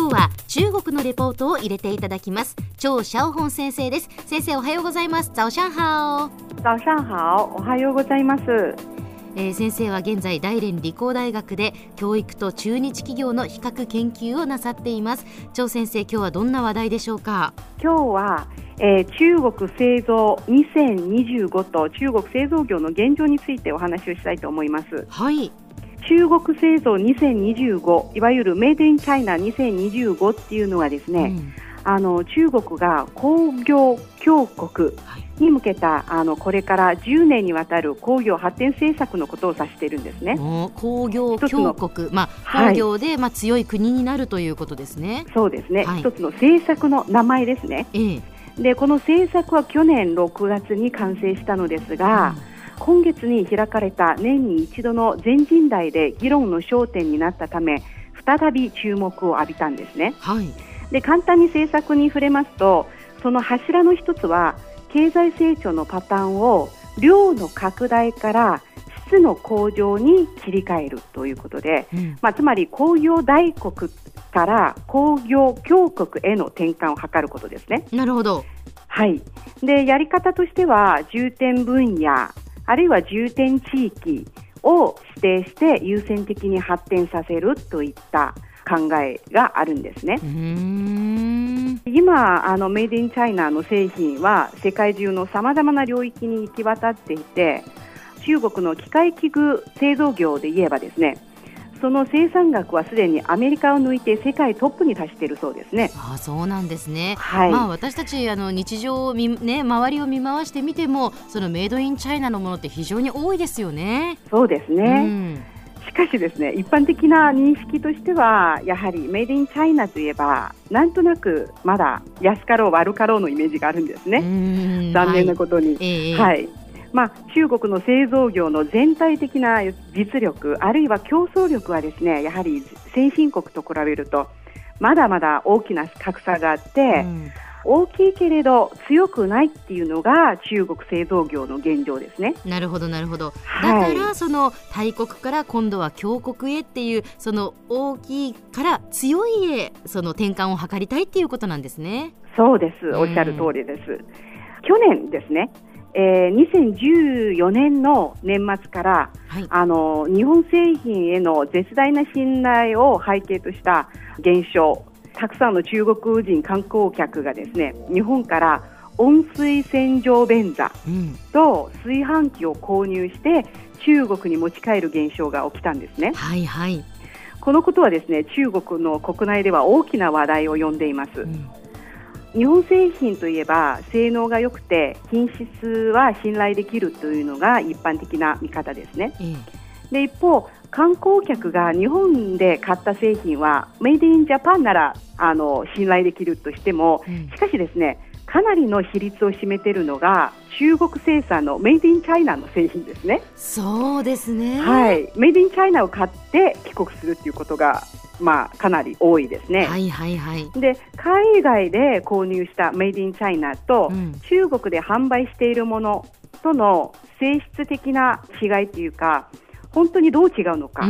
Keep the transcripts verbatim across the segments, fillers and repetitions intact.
今日は中国のレポートを入れていただきます。張小本先生です。先生おはようございます。早上好。 早上好。おはようございます。 えー、先生は現在大連理工大学で教育と駐日企業の比較研究をなさっています。張先生、今日はどんな話題でしょうか？ 今日は、えー、中国製造にせんにじゅうごと中国製造業の現状についてお話をしたいと思います。 はい。 中国製造にせんにじゅうご、いわゆるメイドインチャイナにせんにじゅうごっていうのはですね、うん、あの中国が工業強国に向けたあのこれからじゅうねんにわたる工業発展政策のことを指しているんですね。 工業強国、まあ、工業で、はい、まあ、強い国になるということですね。 そうですね、 はい、 一つの政策の名前ですね。 ええ、 でこの政策は去年ろくがつに完成したのですが、うん今月に開かれた年に一度の全人代で議論の焦点になったため再び注目を浴びたんですね。 はい、 で簡単に政策に触れますと、その柱の一つは経済成長のパターンを量の拡大から質の向上に切り替えるということで、うんまあ、つまり工業大国から工業強国への転換を図ることですね。 なるほど。 はい、でやり方としては重点分野あるいは重点地域を指定して優先的に発展させるといった考えがあるんですね。 うーん今あのメイドインチャイナの製品は世界中のさまざまな領域に行き渡っていて、中国の機械器具製造業で言えばですね、その生産額はすでにアメリカを抜いて世界トップに達しているそうですね。 ああ、そうなんですね。 はいまあ、私たちあの日常を見、ね、周りを見回してみてもそのメイドインチャイナのものって非常に多いですよね。 そうですね、うん、しかしですね、一般的な認識としてはやはりメイドインチャイナといえばなんとなくまだ安かろう悪かろうのイメージがあるんですね。 うん残念なことに、 はいええはいまあ、中国の製造業の全体的な実力あるいは競争力はですね、やはり先進国と比べるとまだまだ大きな格差があって、うん、大きいけれど強くないっていうのが中国製造業の現状ですね。 なるほどなるほど。 はい、 だからその大国から今度は強国へっていうその大きいから強いへその転換を図りたいっていうことなんですね。 そうです、おっしゃる通りです、うん、去年ですねえー、にせんじゅうよねんの年末から、はい、あの日本製品への絶大な信頼を背景とした現象、たくさんの中国人観光客がですね、日本から温水洗浄便座と炊飯器を購入して中国に持ち帰る現象が起きたんですね。 はいはい、 このことはですね、中国の国内では大きな話題を呼んでいます。うん、日本製品といえば性能が良くて品質は信頼できるというのが一般的な見方ですね。 うんで一方、観光客が日本で買った製品はメイドインジャパンならあの信頼できるとしても、うん、しかしですね、かなりの比率を占めているのが中国生産のメイドインチャイナの製品ですね。 そうですね、 はい、メイドインチャイナを買って帰国するということがまあ、かなり多いですね。 はいはいはい、 で海外で購入したメイドインチャイナと、うん、中国で販売しているものとの性質的な違いというか、本当にどう違うのか、うんうん、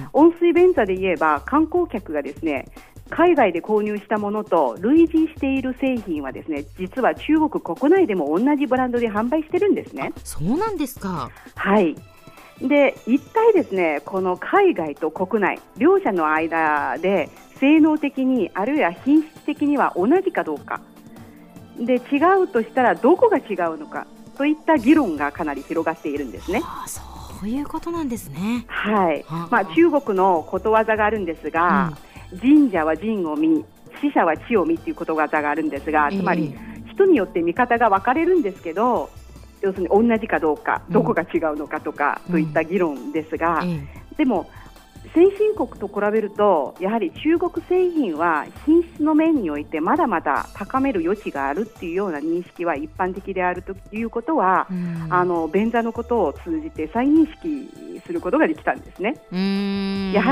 温水便座で言えば観光客がですね、海外で購入したものと類似している製品はですね、実は中国国内でも同じブランドで販売してるんですね。 そうなんですか。 はい。で一体ですね、この海外と国内両者の間で性能的にあるいは品質的には同じかどうかで、違うとしたらどこが違うのかといった議論がかなり広がっているんですね。 はあ、そういうことなんですね。 はい、 はあ、 まあ、中国のことわざがあるんですが、うん、神社は神を見、死者は地を見ということわざがあるんですが、つまり、えー、人によって見方が分かれるんですけど、要するに同じかどうか、どこが違うのかとか、うん、といった議論ですが、うん、でも先進国と比べるとやはり中国製品は品質の面においてまだまだ高める余地があるというような認識は一般的であるということは、うん、あの便座のことを通じて再認識することができたんですね。 うーんやはり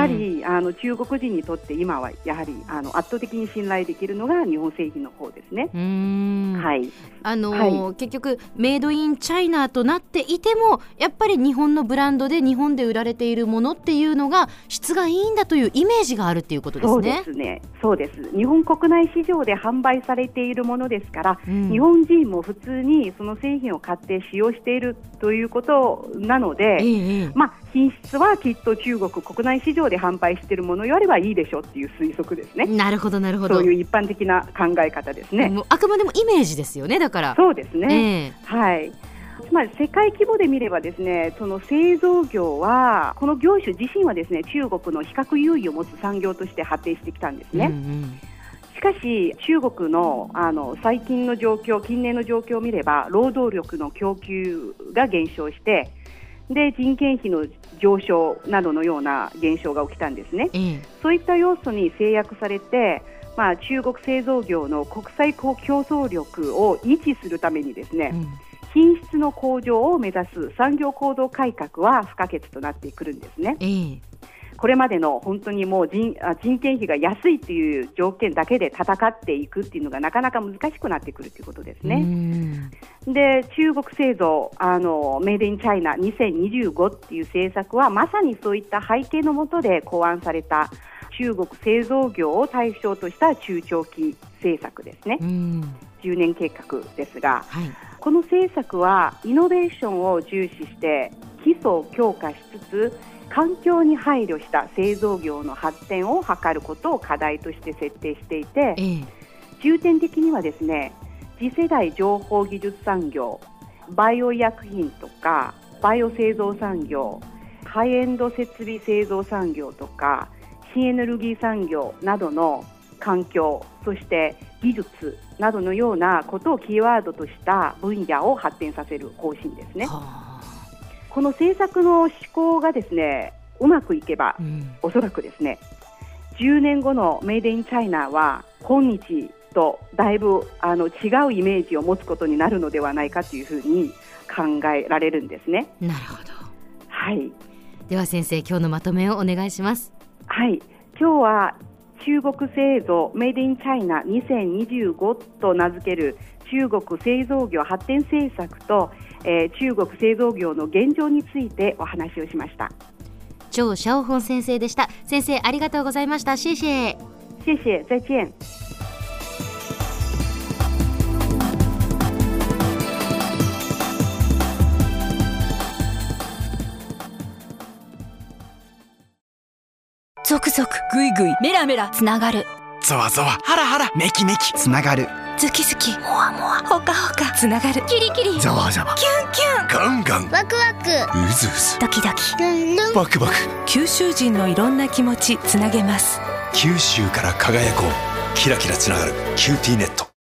あの中国人にとって今はやはりあの圧倒的に信頼できるのが日本製品の方ですね。 うーん、 はい、 あのーはい、結局メイドインチャイナとなっていてもやっぱり日本のブランドで日本で売られているものっていうのが質がいいんだというイメージがあるっていうことですね。 そうですね、そうです。日本国内市場で販売されているものですから、うん、日本人も普通にその製品を買って使用しているということなので、ええ、まあ、品質はきっと中国国内市場で販売しているものよりはいいでしょうっていう推測ですね。 なるほどなるほど、 そういう一般的な考え方ですね。 もうあくまでもイメージですよね。だからそうですね、 えー、 はい。つまり世界規模で見ればですね、その製造業はこの業種自身はですね、中国の比較優位を持つ産業として発展してきたんですね。うんうん、しかし中国 の, あの最近の状況、近年の状況を見れば労働力の供給が減少してで人件費の上昇などのような現象が起きたんですね。うん、そういった要素に制約されて、まあ、中国製造業の国際競争力を維持するためにですね、うん、品質の向上を目指す産業構造改革は不可欠となってくるんですね。えー、これまでの本当にもう 人, 人件費が安いという条件だけで戦っていくっていうのがなかなか難しくなってくるということですね。うんで中国製造あのメイドインチャイナにせんにじゅうごっていう政策はまさにそういった背景の下で考案された中国製造業を対象とした中長期政策ですね。うんじゅうねん計画ですが、はい、この政策はイノベーションを重視して基礎を強化しつつ環境に配慮した製造業の発展を図ることを課題として設定していて、ええ、重点的にはですね、次世代情報技術産業、バイオ医薬品とかバイオ製造産業、ハイエンド設備製造産業とか新エネルギー産業などの環境、そして技術などのようなことをキーワードとした分野を発展させる方針ですね。はあ、この政策の施行がですね、うまくいけば、うん、おそらくですね、じゅうねんごのメイドインチャイナは今日とだいぶあの違うイメージを持つことになるのではないかというふうに考えられるんですね。 なるほど。 はい。 では先生、今日のまとめをお願いします。 はい。今日は中国製造メイドインチャイナにせんにじゅうごと名付ける中国製造業発展政策と、えー、中国製造業の現状についてお話をしました。 張小本先生でした。先生、ありがとうございました。谢谢。 谢谢。再见。 ゾクゾクグイグイメラメラつながる、 ゾワゾワハラハラメキメキつながる、 ズキズキモワモワホカホカつながる、キリキリザワザワキュンキュンガンガンワクワクウズウズドキドキルンルンバクバク、 九州人のいろんな気持ちつなげます。 九州から輝こう、キラキラつながるキューティーネット。